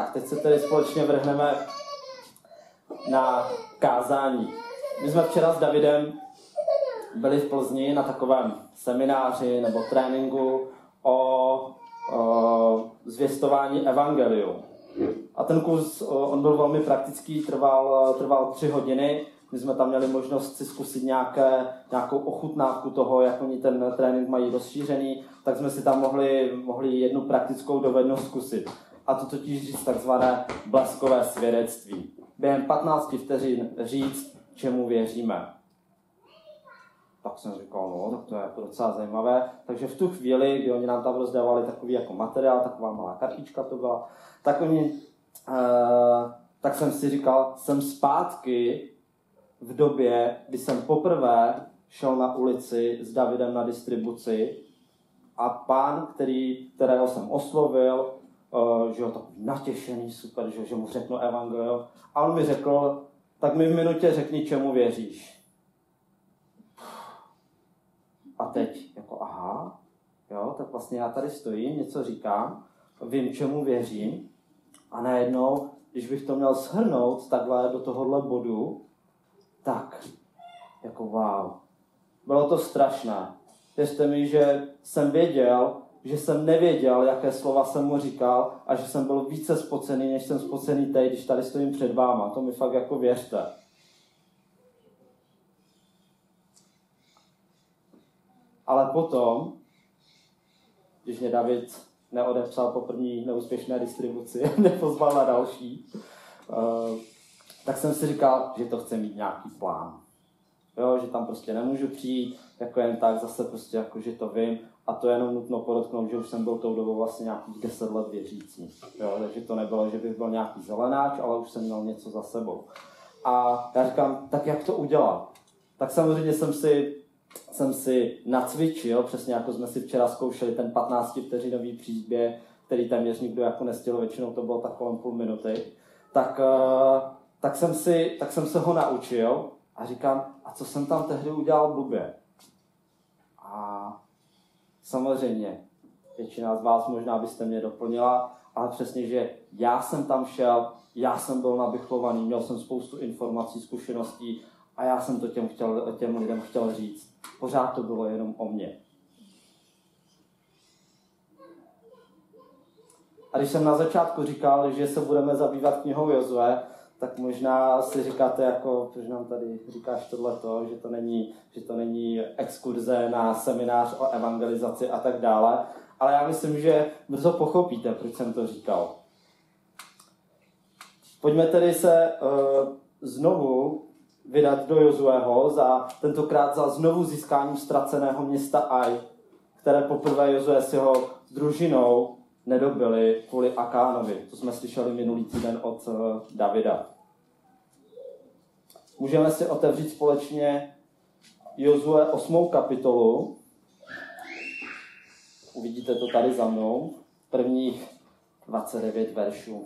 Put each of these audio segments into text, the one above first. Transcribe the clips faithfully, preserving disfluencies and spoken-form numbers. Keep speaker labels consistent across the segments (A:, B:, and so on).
A: Tak, teď se tedy společně vrhneme na kázání. My jsme včera s Davidem byli v Plzni na takovém semináři nebo tréninku o, o zvěstování evangeliu. A ten kurz, on byl velmi praktický, trval, trval tři hodiny. My jsme tam měli možnost si zkusit nějaké, nějakou ochutnávku toho, jak oni ten trénink mají rozšířený, tak jsme si tam mohli, mohli jednu praktickou dovednost zkusit. A to totiž říct takzvané bleskové svědectví. Během patnácti vteřin říct, čemu věříme. Tak jsem říkal, no, tak to je jako docela zajímavé. Takže v tu chvíli, kdy oni nám tam rozdávali takový jako materiál, taková malá kartička to byla, tak oni, eh, tak jsem si říkal, jsem zpátky v době, kdy jsem poprvé šel na ulici s Davidem na distribuci a pán, který, kterého jsem oslovil, uh, že jo, takový natěšený, super, že, že mu řeknu evangelium, a on mi řekl, tak mi v minutě řekni, čemu věříš. A teď, jako aha, jo, tak vlastně já tady stojím, něco říkám, vím, čemu věřím, a najednou, když bych to měl shrnout takhle do tohohle bodu, tak, jako wow. Bylo to strašné. Věřte mi, že jsem věděl, že jsem nevěděl, jaké slova jsem mu říkal a že jsem byl více spocený, než jsem spocený teď, když tady stojím před váma. To mi fakt jako věřte. Ale potom, když mě David neodepsal po první neúspěšné distribuci, mě pozval na další, uh, tak jsem si říkal, že to chce mít nějaký plán. Jo, že tam prostě nemůžu přijít, jako jen tak, zase prostě jako, že to vím, a to jenom nutno podotknout, že už jsem byl tou dobou vlastně nějakých deset let věřící. Jo, takže to nebylo, že bych byl nějaký zelenáč, ale už jsem měl něco za sebou. A já říkám, tak jak to udělat? Tak samozřejmě jsem si, jsem si nacvičil, přesně jako jsme si včera zkoušeli ten patnáctivteřinový příběh, který téměř nikdo jako nestihl, většinou to bylo tak kolem půl minuty. Tak... Tak jsem, si, tak jsem se ho naučil a říkám, a co jsem tam tehdy udělal blbě? A samozřejmě, většina z vás možná byste mě doplnila, ale přesně, že já jsem tam šel, já jsem byl nabychlovaný, měl jsem spoustu informací, zkušeností a já jsem to těm, chtěl, těm lidem chtěl říct. Pořád to bylo jenom o mně. A když jsem na začátku říkal, že se budeme zabývat knihou Jozue, tak možná si říkáte, jako, proč nám tady říkáš tohleto, že to není, že to není exkurze na seminář o evangelizaci a tak dále. Ale já myslím, že brzo pochopíte, proč jsem to říkal. Pojďme tedy se uh, znovu vydat do Jozueho, za, tentokrát za znovu získáním ztraceného města Aj, které poprvé Jozue s jeho družinou nedobili kvůli Akánovi. To jsme slyšeli minulý týden od uh, Davida. Můžeme si otevřít společně Jozue osmou kapitolu. Uvidíte to tady za mnou. Prvních dvacet devět veršů.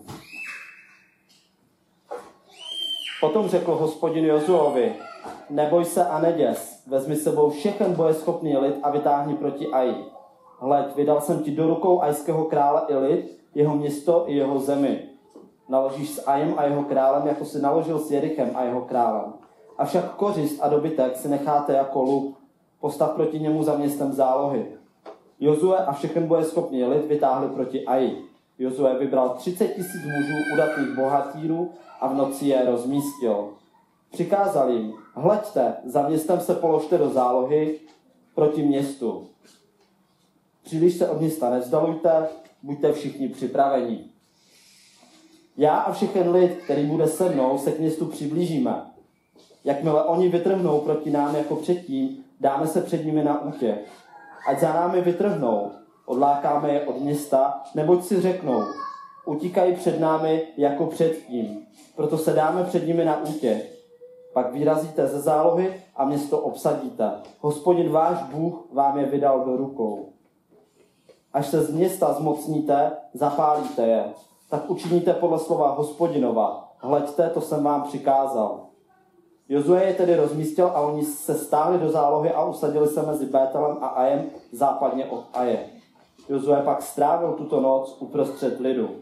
A: Potom řekl Hospodin Jozuovi, neboj se a neděs, vezmi sebou všechen bojeschopný lid a vytáhni proti Aji. Hleď, vydal jsem ti do rukou ajského krále i lid, jeho město i jeho zemi. Naložíš s Ajem a jeho králem, jako si naložil s Jerichem a jeho králem. Avšak kořist a dobytek si necháte jako luk. Postav proti němu za městem zálohy. Jozue a všechen bojeschopný lid vytáhli proti Aji. Jozue vybral třicet tisíc mužů udatných bohatírů a v noci je rozmístil. Přikázal jim, hleďte, za městem se položte do zálohy proti městu. Příliš se od města nevzdalujte, buďte všichni připraveni. Já a všechen lid, který bude se mnou, se k městu přiblížíme. Jakmile oni vytrhnou proti nám jako předtím, dáme se před nimi na útěk. Ať za námi vytrhnou, odlákáme je od města, neboť si řeknou, utíkají před námi jako předtím. Proto se dáme před nimi na útěk. Pak vyrazíte ze zálohy a město obsadíte. Hospodin váš Bůh vám je vydal do rukou. Až se z města zmocníte, zapálíte je. Tak učiníte podle slova Hospodinova. Hleďte, to jsem vám přikázal. Jozue je tedy rozmístil a oni se stáhli do zálohy a usadili se mezi Bételem a Ajem západně od Aje. Jozue pak strávil tuto noc uprostřed lidu.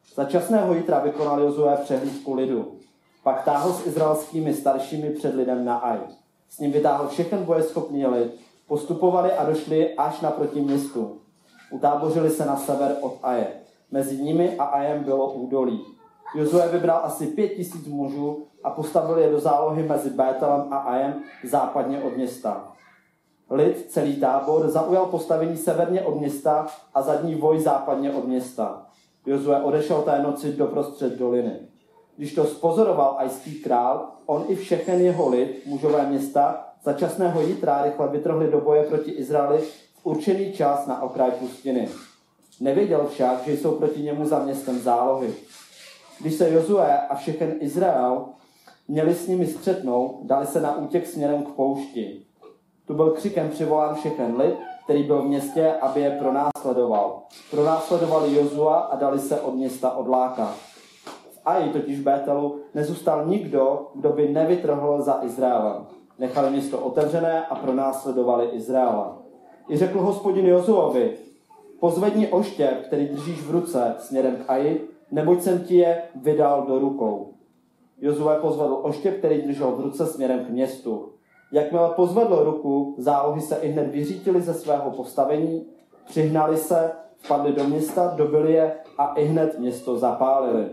A: Za časného jitra vykonal Jozue přehlídku lidu. Pak táhl s izraelskými staršími před lidem na Aj. S ním vytáhl všechen bojeschopný lid, postupovali a došli až naproti městu. Utábořili se na sever od Aje. Mezi nimi a Ajem bylo údolí. Jozue vybral asi pět tisíc mužů a postavil je do zálohy mezi Bételem a Ajem západně od města. Lid, celý tábor, zaujal postavení severně od města a zadní voj západně od města. Jozue odešel té noci doprostřed doliny. Když to spozoroval ajský král, on i všechen jeho lid, mužové města, za časného jitra rychle vytrhli do boje proti Izraeli v určený čas na okraj pustiny. Nevěděl však, že jsou proti němu za městem zálohy. Když se Jozue a všechen Izrael měli s nimi střetnout, dali se na útěk směrem k poušti. Tu byl křikem přivolán všechen lid, který byl v městě, aby je pronásledoval. Pronásledovali Jozua a dali se od města odlákat. V Aji, totiž Bételu, nezůstal nikdo, kdo by nevytrhl za Izraelem. Nechali město otevřené a pronásledovali Izraela. I řekl Hospodin Jozuovi: pozvedni oštěp, který držíš v ruce, směrem k Aji, neboť jsem ti je vydal do rukou. Jozue pozvedl oštěp, který držel v ruce, směrem k městu. Jakmile pozvedl ruku, zálohy se ihned vyřítily ze svého postavení, přihnali se, vpadli do města, dobili je a ihned město zapálili.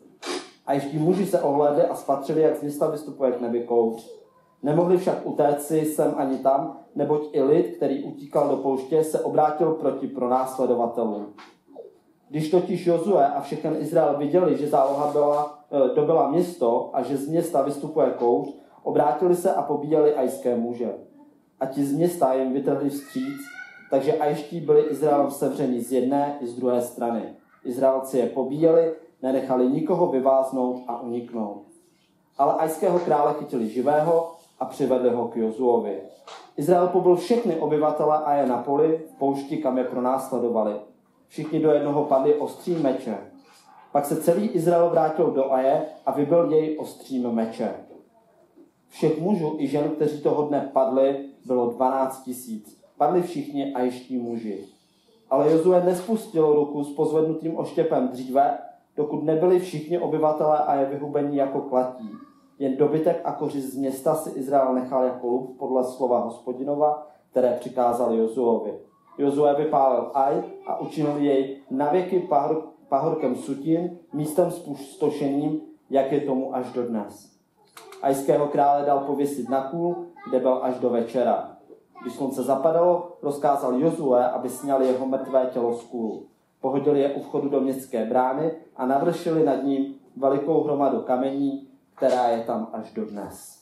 A: A ještě muži se ohlédli a spatřili, jak z města vystupuje k nebi kouř. Nemohli však utéci sem ani tam, neboť i lid, který utíkal do pouště, se obrátil proti pronásledovatelům. Když totiž Jozue a všechen Izrael viděli, že záloha byla, dobila město a že z města vystupuje kouř, obrátili se a pobíjeli ajské muže. A ti z města jim vytrhli vstříc, takže ajští byli Izraelem sevřeni z jedné i z druhé strany. Izraelci je pobíjeli, nenechali nikoho vyváznout a uniknout. Ale ajského krále chytili živého a přivedli ho k Jozuovi. Izrael pobil všechny obyvatele Aje na poli, v poušti, kam je pronásledovali. Všichni do jednoho padli ostřím meče. Pak se celý Izrael vrátil do Aje a vybil jej ostřím meče. Všech mužů i žen, kteří toho dne padli, bylo dvanáct tisíc. Padli všichni ajští muži. Ale Jozue nespustil ruku s pozvednutým oštěpem dříve, dokud nebyli všichni obyvatelé Aje vyhubení jako klatí. Jen dobytek a kořist z města si Izrael nechal jako lup podle slova Hospodinova, které přikázal Jozuovi. Jozue vypálil Aj a učinil jej navěky pahor, pahorkem sutin, místem spustošením, jak je tomu až dodnes. Ajského krále dal pověsit na kůl, kde byl až do večera. Když slunce zapadalo, rozkázal Jozue, aby sňali jeho mrtvé tělo z kůlu. Pohodili je u vchodu do městské brány a navršili nad ním velikou hromadu kamení, která je tam až dodnes.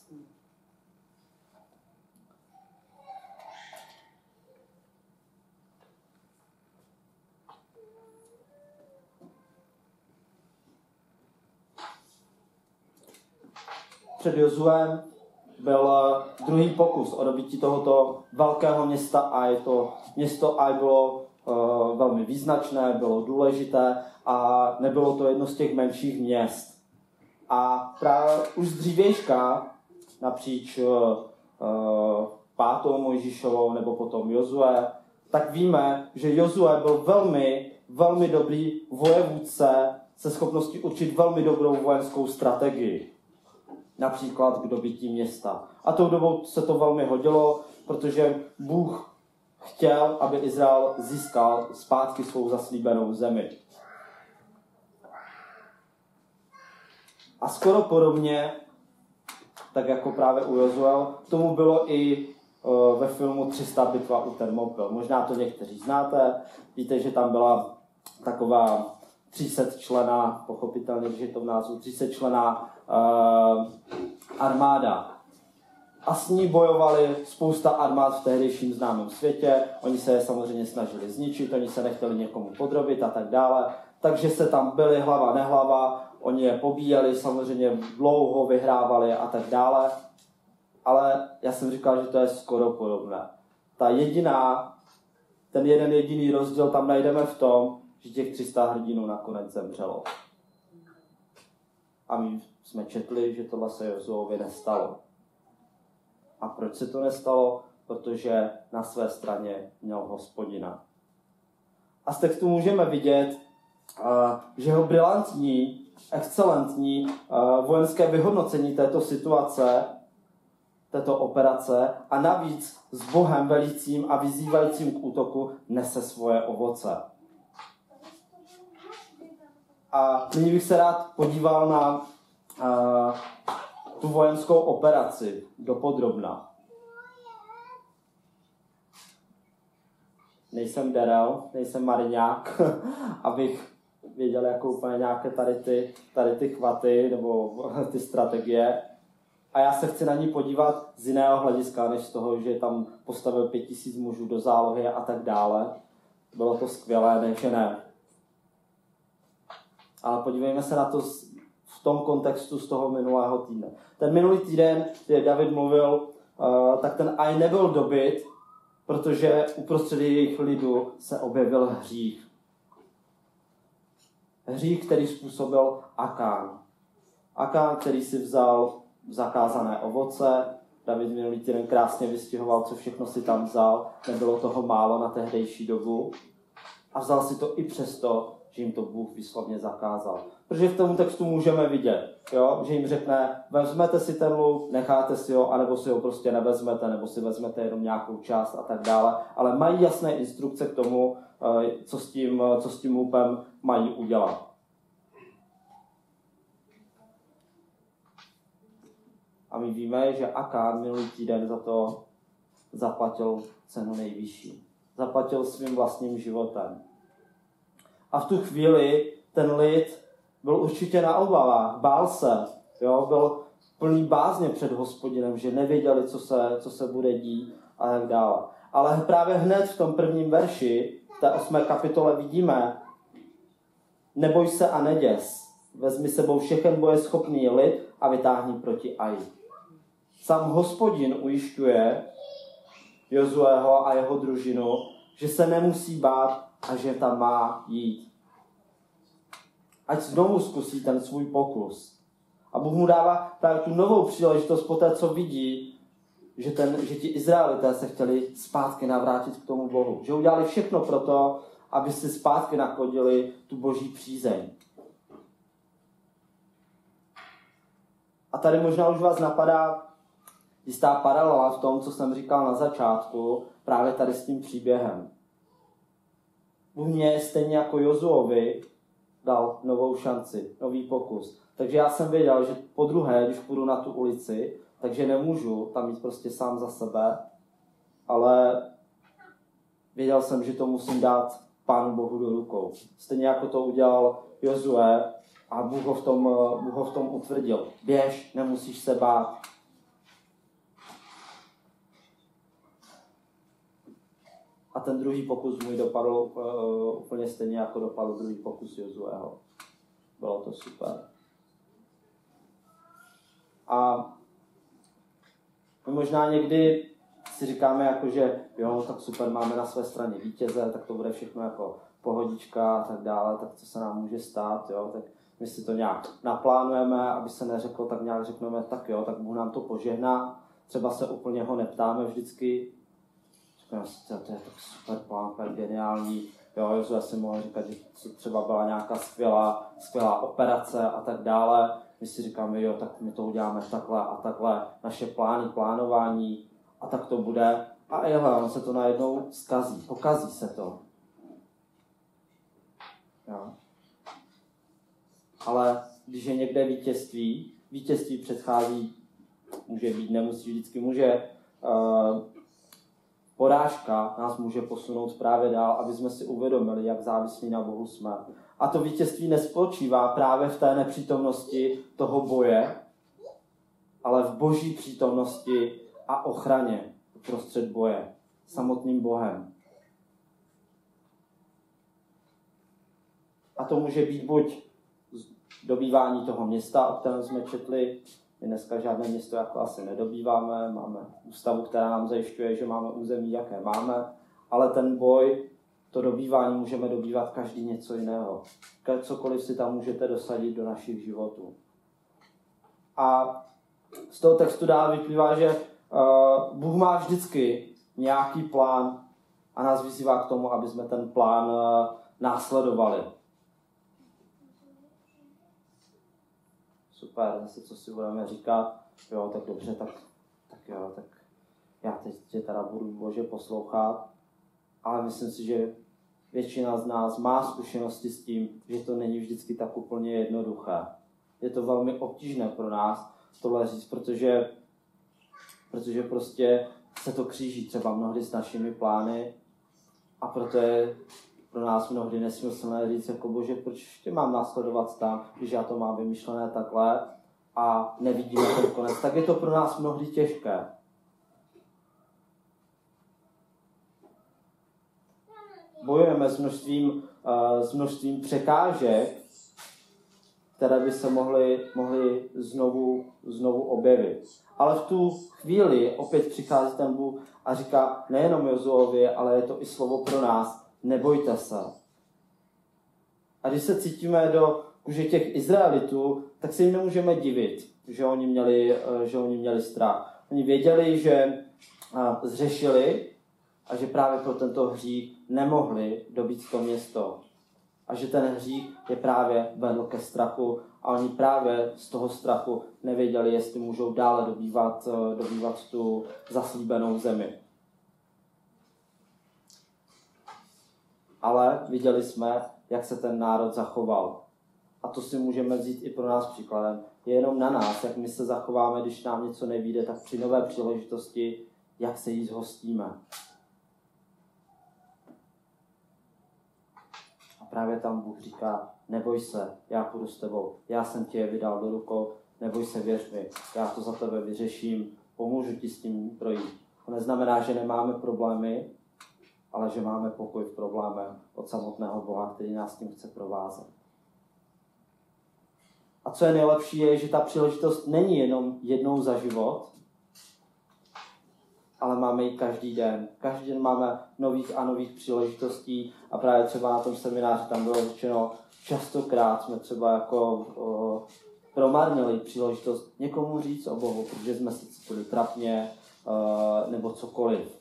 A: Před Jozuem byl druhý pokus o dobytí tohoto velkého města Aj. To město Aj bylo uh, velmi význačné, bylo důležité a nebylo to jedno z těch menších měst. A právě už z dřívějška, napříč uh, uh, pátou Mojžíšovou nebo potom Jozue, tak víme, že Jozue byl velmi, velmi dobrý vojevůdce se schopností určit velmi dobrou vojenskou strategii. Například k dobytí města. A tou dobou se to velmi hodilo, protože Bůh chtěl, aby Izrael získal zpátky svou zaslíbenou zemi. A skoro podobně, tak jako právě u Jozuel, tomu bylo i uh, ve filmu tři sta bitva u Termopil. Možná to někteří znáte, víte, že tam byla taková tři sta členná, pochopitelně, že je to v názvu, tři sta členná uh, armáda. A s ní bojovali spousta armád v tehdejším známém světě. Oni se je samozřejmě snažili zničit, oni se nechtěli někomu podrobit a tak dále. Takže se tam byli hlava nehlava, oni je pobíjeli, samozřejmě dlouho vyhrávali a tak dále. Ale já jsem říkal, že to je skoro podobné. Ta jediná, ten jeden jediný rozdíl tam najdeme v tom, že těch tři sta hrdinů nakonec zemřelo. A my jsme četli, že tohle se Jozuovi nestalo. A proč se to nestalo? Protože na své straně měl Hospodina. A z textu můžeme vidět, že jeho brilantní, excelentní vojenské vyhodnocení této situace, této operace a navíc s Bohem velícím a vyzývajícím k útoku nese svoje ovoce. A nyní bych se rád podíval na uh, tu vojenskou operaci dopodrobna. Nejsem Darel, nejsem mariňák, abych věděl, jako úplně nějaké tady ty, tady ty chvaty nebo ty strategie. A já se chci na ní podívat z jiného hlediska, než z toho, že tam postavil pět tisíc mužů do zálohy a tak dále. Bylo to skvělé, ne, že ne. Ale podívejme se na to v tom kontextu z toho minulého týdne. Ten minulý týden, kdy David mluvil, tak ten Aj nebyl dobyt, protože uprostřed jejich lidu se objevil hřích. Hřích, který způsobil Akán. Akán, který si vzal zakázané ovoce. David minulý týden krásně vystihoval, co všechno si tam vzal. Nebylo toho málo na tehdejší dobu. A vzal si to i přesto, že jim to Bůh výslovně zakázal. Protože v tom textu můžeme vidět, jo? Že jim řekne, vezmete si ten luk, necháte si ho, anebo si ho prostě nevezmete, nebo si vezmete jenom nějakou část a tak dále. Ale mají jasné instrukce k tomu, co s tím, co s tím lupem mají udělat. A my víme, že Akán minulý týden za to zaplatil cenu nejvyšší. Zaplatil svým vlastním životem. A v tu chvíli ten lid byl určitě na obavách, bál se, jo? Byl plný bázně před Hospodinem, že nevěděli, co se, co se bude dít a tak dále. Ale právě hned v tom prvním verši, v té osmé kapitole vidíme, neboj se a neděs, vezmi sebou všechen bojeschopný lid a vytáhni proti Aji. Sám Hospodin ujišťuje Jozueho a jeho družinu, že se nemusí bát a že tam má jít. Ať znovu zkusí ten svůj pokus. A Bůh mu dává právě tu novou příležitost po té, co vidí, že, ten, že ti Izraelité se chtěli zpátky navrátit k tomu Bohu. Že udělali všechno pro to, aby si zpátky nakodili tu boží přízeň. A tady možná už vás napadá jistá paralela v tom, co jsem říkal na začátku, právě tady s tím příběhem. Bůh mě stejně jako Jozuovi dal novou šanci, nový pokus. Takže já jsem věděl, že po druhé, když půjdu na tu ulici, takže nemůžu tam jít prostě sám za sebe, ale věděl jsem, že to musím dát Pánu Bohu do rukou. Stejně jako to udělal Jozue a Bůh ho v tom, Bůh ho v tom utvrdil. Běž, nemusíš se bát. A ten druhý pokus můj dopadl uh, úplně stejně, jako dopadl druhý pokus Jozueho. Bylo to super. A my možná někdy si říkáme, jako, že jo, tak super, máme na své straně vítěze, tak to bude všechno jako pohodička a tak dále, tak co se nám může stát, jo, tak my si to nějak naplánujeme, aby se neřeklo, tak nějak řekneme, tak jo, tak Bůh nám to požehná, třeba se úplně ho neptáme vždycky, říkáme si, to je tak super plán, tak geniální, jo, Jozue si mohl říkat, že třeba byla nějaká skvělá, skvělá operace a tak dále, my si říkáme, jo, tak my to uděláme takhle a takhle, naše plány, plánování a tak to bude. A jehle, on se to najednou zkazí, pokazí se to. Jo. Ale když je někde vítězství, vítězství předchází, může být, nemusí, vždycky může, uh, porážka nás může posunout právě dál, aby jsme si uvědomili, jak závislí na Bohu jsme. A to vítězství nespočívá právě v té nepřítomnosti toho boje, ale v boží přítomnosti a ochraně uprostřed boje, samotným Bohem. A to může být buď dobývání toho města, o kterém jsme četli. My dneska žádné město jako asi nedobýváme, máme ústavu, která nám zajišťuje, že máme území, jaké máme, ale ten boj, to dobývání můžeme dobývat každý něco jiného. Cokoliv si tam můžete dosadit do našich životů. A z toho textu dál vyplývá, že uh, Bůh má vždycky nějaký plán a nás vyzývá k tomu, aby jsme ten plán uh, následovali. super, zase co si budeme říkat, jo, tak dobře, tak, tak jo, tak já teď tě teda budu Bože poslouchat, ale myslím si, že většina z nás má zkušenosti s tím, že to není vždycky tak úplně jednoduché. Je to velmi obtížné pro nás tohle říct, protože, protože prostě se to kříží třeba mnohdy s našimi plány a proto je pro nás mnohdy nesmyslné říct jako Bože, proč tě mám následovat tam, když já to mám vymyšlené takhle a nevidíme ten konec, tak je to pro nás mnohdy těžké. Bojujeme s množstvím, uh, s množstvím překážek, které by se mohly, mohly znovu, znovu objevit. Ale v tu chvíli opět přichází ten Bůh a říká nejenom Jozuovi, ale je to i slovo pro nás. Nebojte se. A když se cítíme do kůže těch Izraelitů, tak se jim nemůžeme divit, že oni měli, že oni měli strach. Oni věděli, že zřešili a že právě pro tento hřích nemohli dobít to město. A že ten hřích je právě vedl ke strachu a oni právě z toho strachu nevěděli, jestli můžou dále dobývat, dobývat tu zaslíbenou zemi. Ale viděli jsme, jak se ten národ zachoval. A to si můžeme vzít i pro nás příkladem. Je jenom na nás, jak my se zachováme, když nám něco nevyjde, tak při nové příležitosti, jak se jí zhostíme. A právě tam Bůh říká, neboj se, já půjdu s tebou, já jsem tě je vydal do rukou, neboj se, věř mi, já to za tebe vyřeším, pomůžu ti s tím projít. To neznamená, že nemáme problémy, ale že máme pokoj v problémech od samotného Boha, který nás tím chce provázet. A co je nejlepší, je, že ta příležitost není jenom jednou za život, ale máme ji každý den. Každý den máme nových a nových příležitostí a právě třeba na tom semináři tam bylo řečeno, častokrát jsme třeba jako o, promarnili příležitost někomu říct o Bohu, protože jsme se cítili trapně o, nebo cokoliv.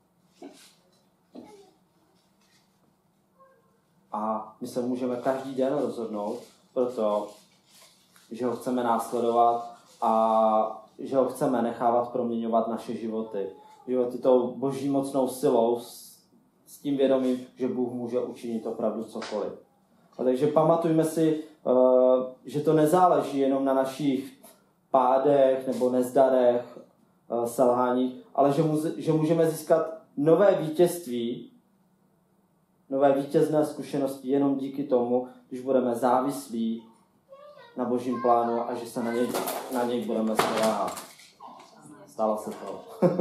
A: A my se můžeme každý den rozhodnout, proto, že ho chceme následovat a že ho chceme nechávat proměňovat naše životy. Životy tou boží mocnou silou s, s tím vědomím, že Bůh může učinit opravdu cokoliv. A takže pamatujme si, uh, že to nezáleží jenom na našich pádech nebo nezdarech, uh, selháních, ale že, mu, že můžeme získat nové vítězství, nové vítězné zkušenosti jenom díky tomu, když budeme závislí na božím plánu a že se na něj, na něj budeme spoléhat. Stalo se to.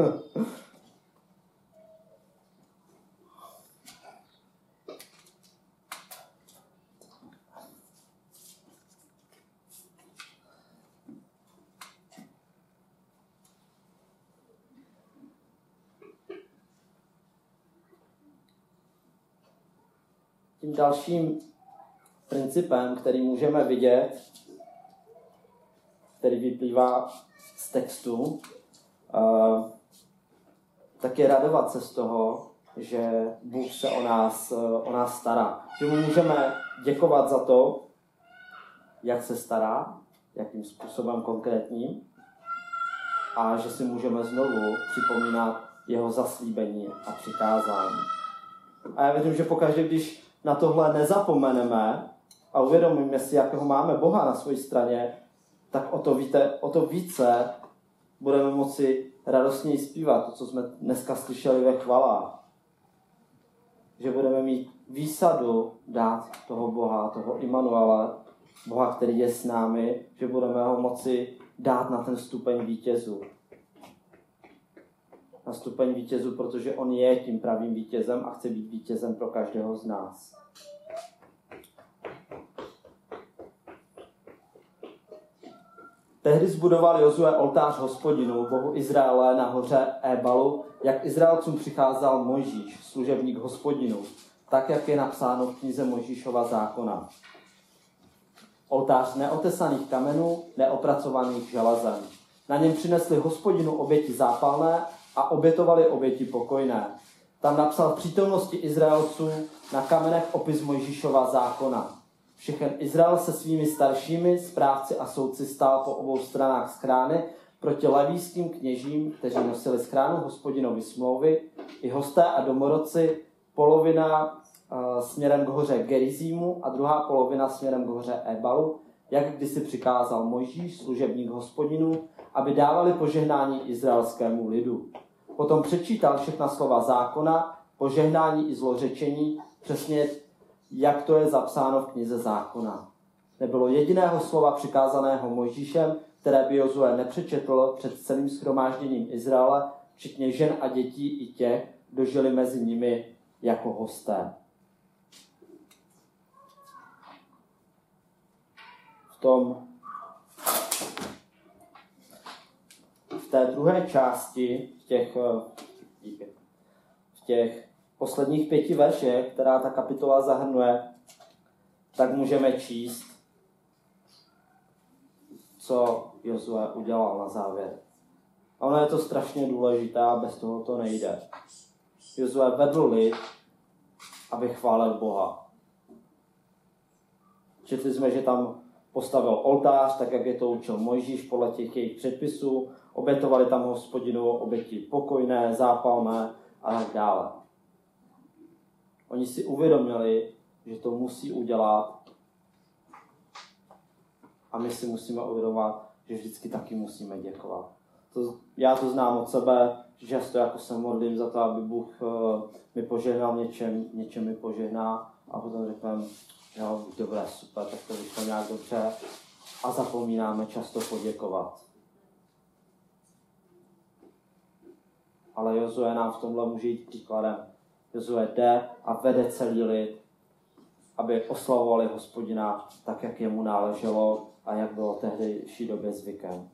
A: Tím dalším principem, který můžeme vidět, který vyplývá z textu, tak je radovat se z toho, že Bůh se o nás, o nás stará. Že mu můžeme děkovat za to, jak se stará, jakým způsobem konkrétním, a že si můžeme znovu připomínat jeho zaslíbení a přikázání. A já věřím, že pokaždé, když na tohle nezapomeneme a uvědomíme si, jakého máme Boha na své straně, tak o to, víte, o to více budeme moci radostněji zpívat to, co jsme dneska slyšeli ve chvalách. Že budeme mít výsadu dát toho Boha, toho Immanuela, Boha, který je s námi, že budeme ho moci dát na ten stupeň vítězů. Na stupeň vítězů, protože on je tím pravým vítězem a chce být vítězem pro každého z nás. Tehdy zbudoval Jozue oltář Hospodinu, Bohu Izraele, na hoře Ébalu, jak Izraelcům přicházel Mojžíš, služebník Hospodinu, tak, jak je napsáno v knize Mojžíšova zákona. Oltář neotesaných kamenů, neopracovaných železem. Na něm přinesli Hospodinu oběti zápalné a obětovali oběti pokojné. Tam napsal v přítomnosti Izraelců na kamenech opis Mojžíšova zákona. Všechen Izrael se svými staršími, správci a soudci stál po obou stranách schrány proti levíským kněžím, kteří nosili schránu Hospodinovy smlouvy, i hosté a domorodci, polovina uh, směrem k hoře Gerizímu a druhá polovina směrem k hoře Ebalu, jak kdysi přikázal Mojžíš, služebník Hospodinů, aby dávali požehnání izraelskému lidu. Potom přečítal všechna slova zákona, požehnání i zlořečení, přesně jak to je zapsáno v knize zákona. Nebylo jediného slova přikázaného Mojžíšem, které by Jozue nepřečetl před celým shromážděním Izraele, včetně žen a dětí i těch, kdo žili mezi nimi jako hosté. V tom v té druhé části, v těch, v těch posledních pěti veršech, která ta kapitola zahrnuje, tak můžeme číst, co Jozue udělal na závěr. A ono je to strašně důležité a bez toho to nejde. Jozue vedl lid, aby chválil Boha. Četli jsme, že tam postavil oltář, tak jak je to učil Mojžíš podle těch jejich předpisů, obětovali tam Hospodinu oběti pokojné, zápalné a tak dále. Oni si uvědomili, že to musí udělat a my si musíme uvědomovat, že vždycky taky musíme děkovat. To, já to znám od sebe, že často jako se modlím za to, aby Bůh uh, mi požehnal něčem, něčem mi požehná a potom řekneme, jo, dobré, super, tak to vyšlo nějak dobře a zapomínáme často poděkovat. Ale Jozue nám v tomhle může jít příkladem. Jozue jde a vede celý lid, aby oslavovali Hospodina tak, jak jemu náleželo a jak bylo v tehdejší době zvykem.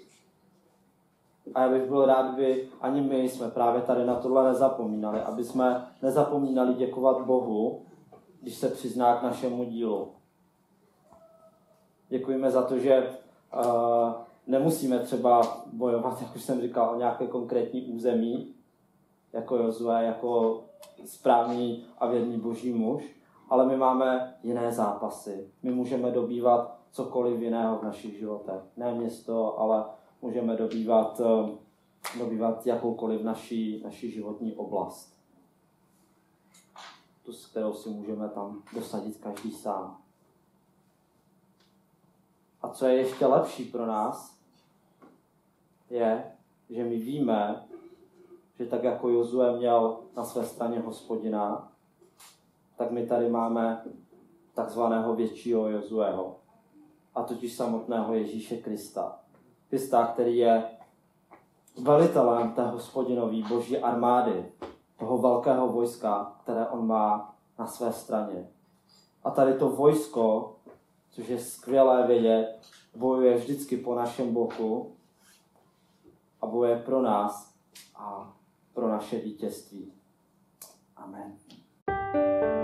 A: A já bych byl rád, aby ani my jsme právě tady na tohle nezapomínali, aby jsme nezapomínali děkovat Bohu, když se přizná k našemu dílu. Děkujeme za to, že uh, nemusíme třeba bojovat, jak už jsem říkal, o nějaké konkrétní území, jako Jozue, jako správný a věrný boží muž, ale my máme jiné zápasy. My můžeme dobývat cokoliv jiného v našich životech. Ne město, ale můžeme dobývat, dobývat jakoukoliv naší, naší životní oblast. Tu, s kterou si můžeme tam dosadit každý sám. A co je ještě lepší pro nás, je, že my víme, že tak jako Jozue měl na své straně Hospodina, tak my tady máme takzvaného většího Jozueho. A totiž samotného Ježíše Krista. Krista, který je velitelem té Hospodinové boží armády, toho velkého vojska, které on má na své straně. A tady to vojsko, což je skvělé vědět, bojuje vždycky po našem boku a bojuje pro nás a pro naše vítězství. Amen.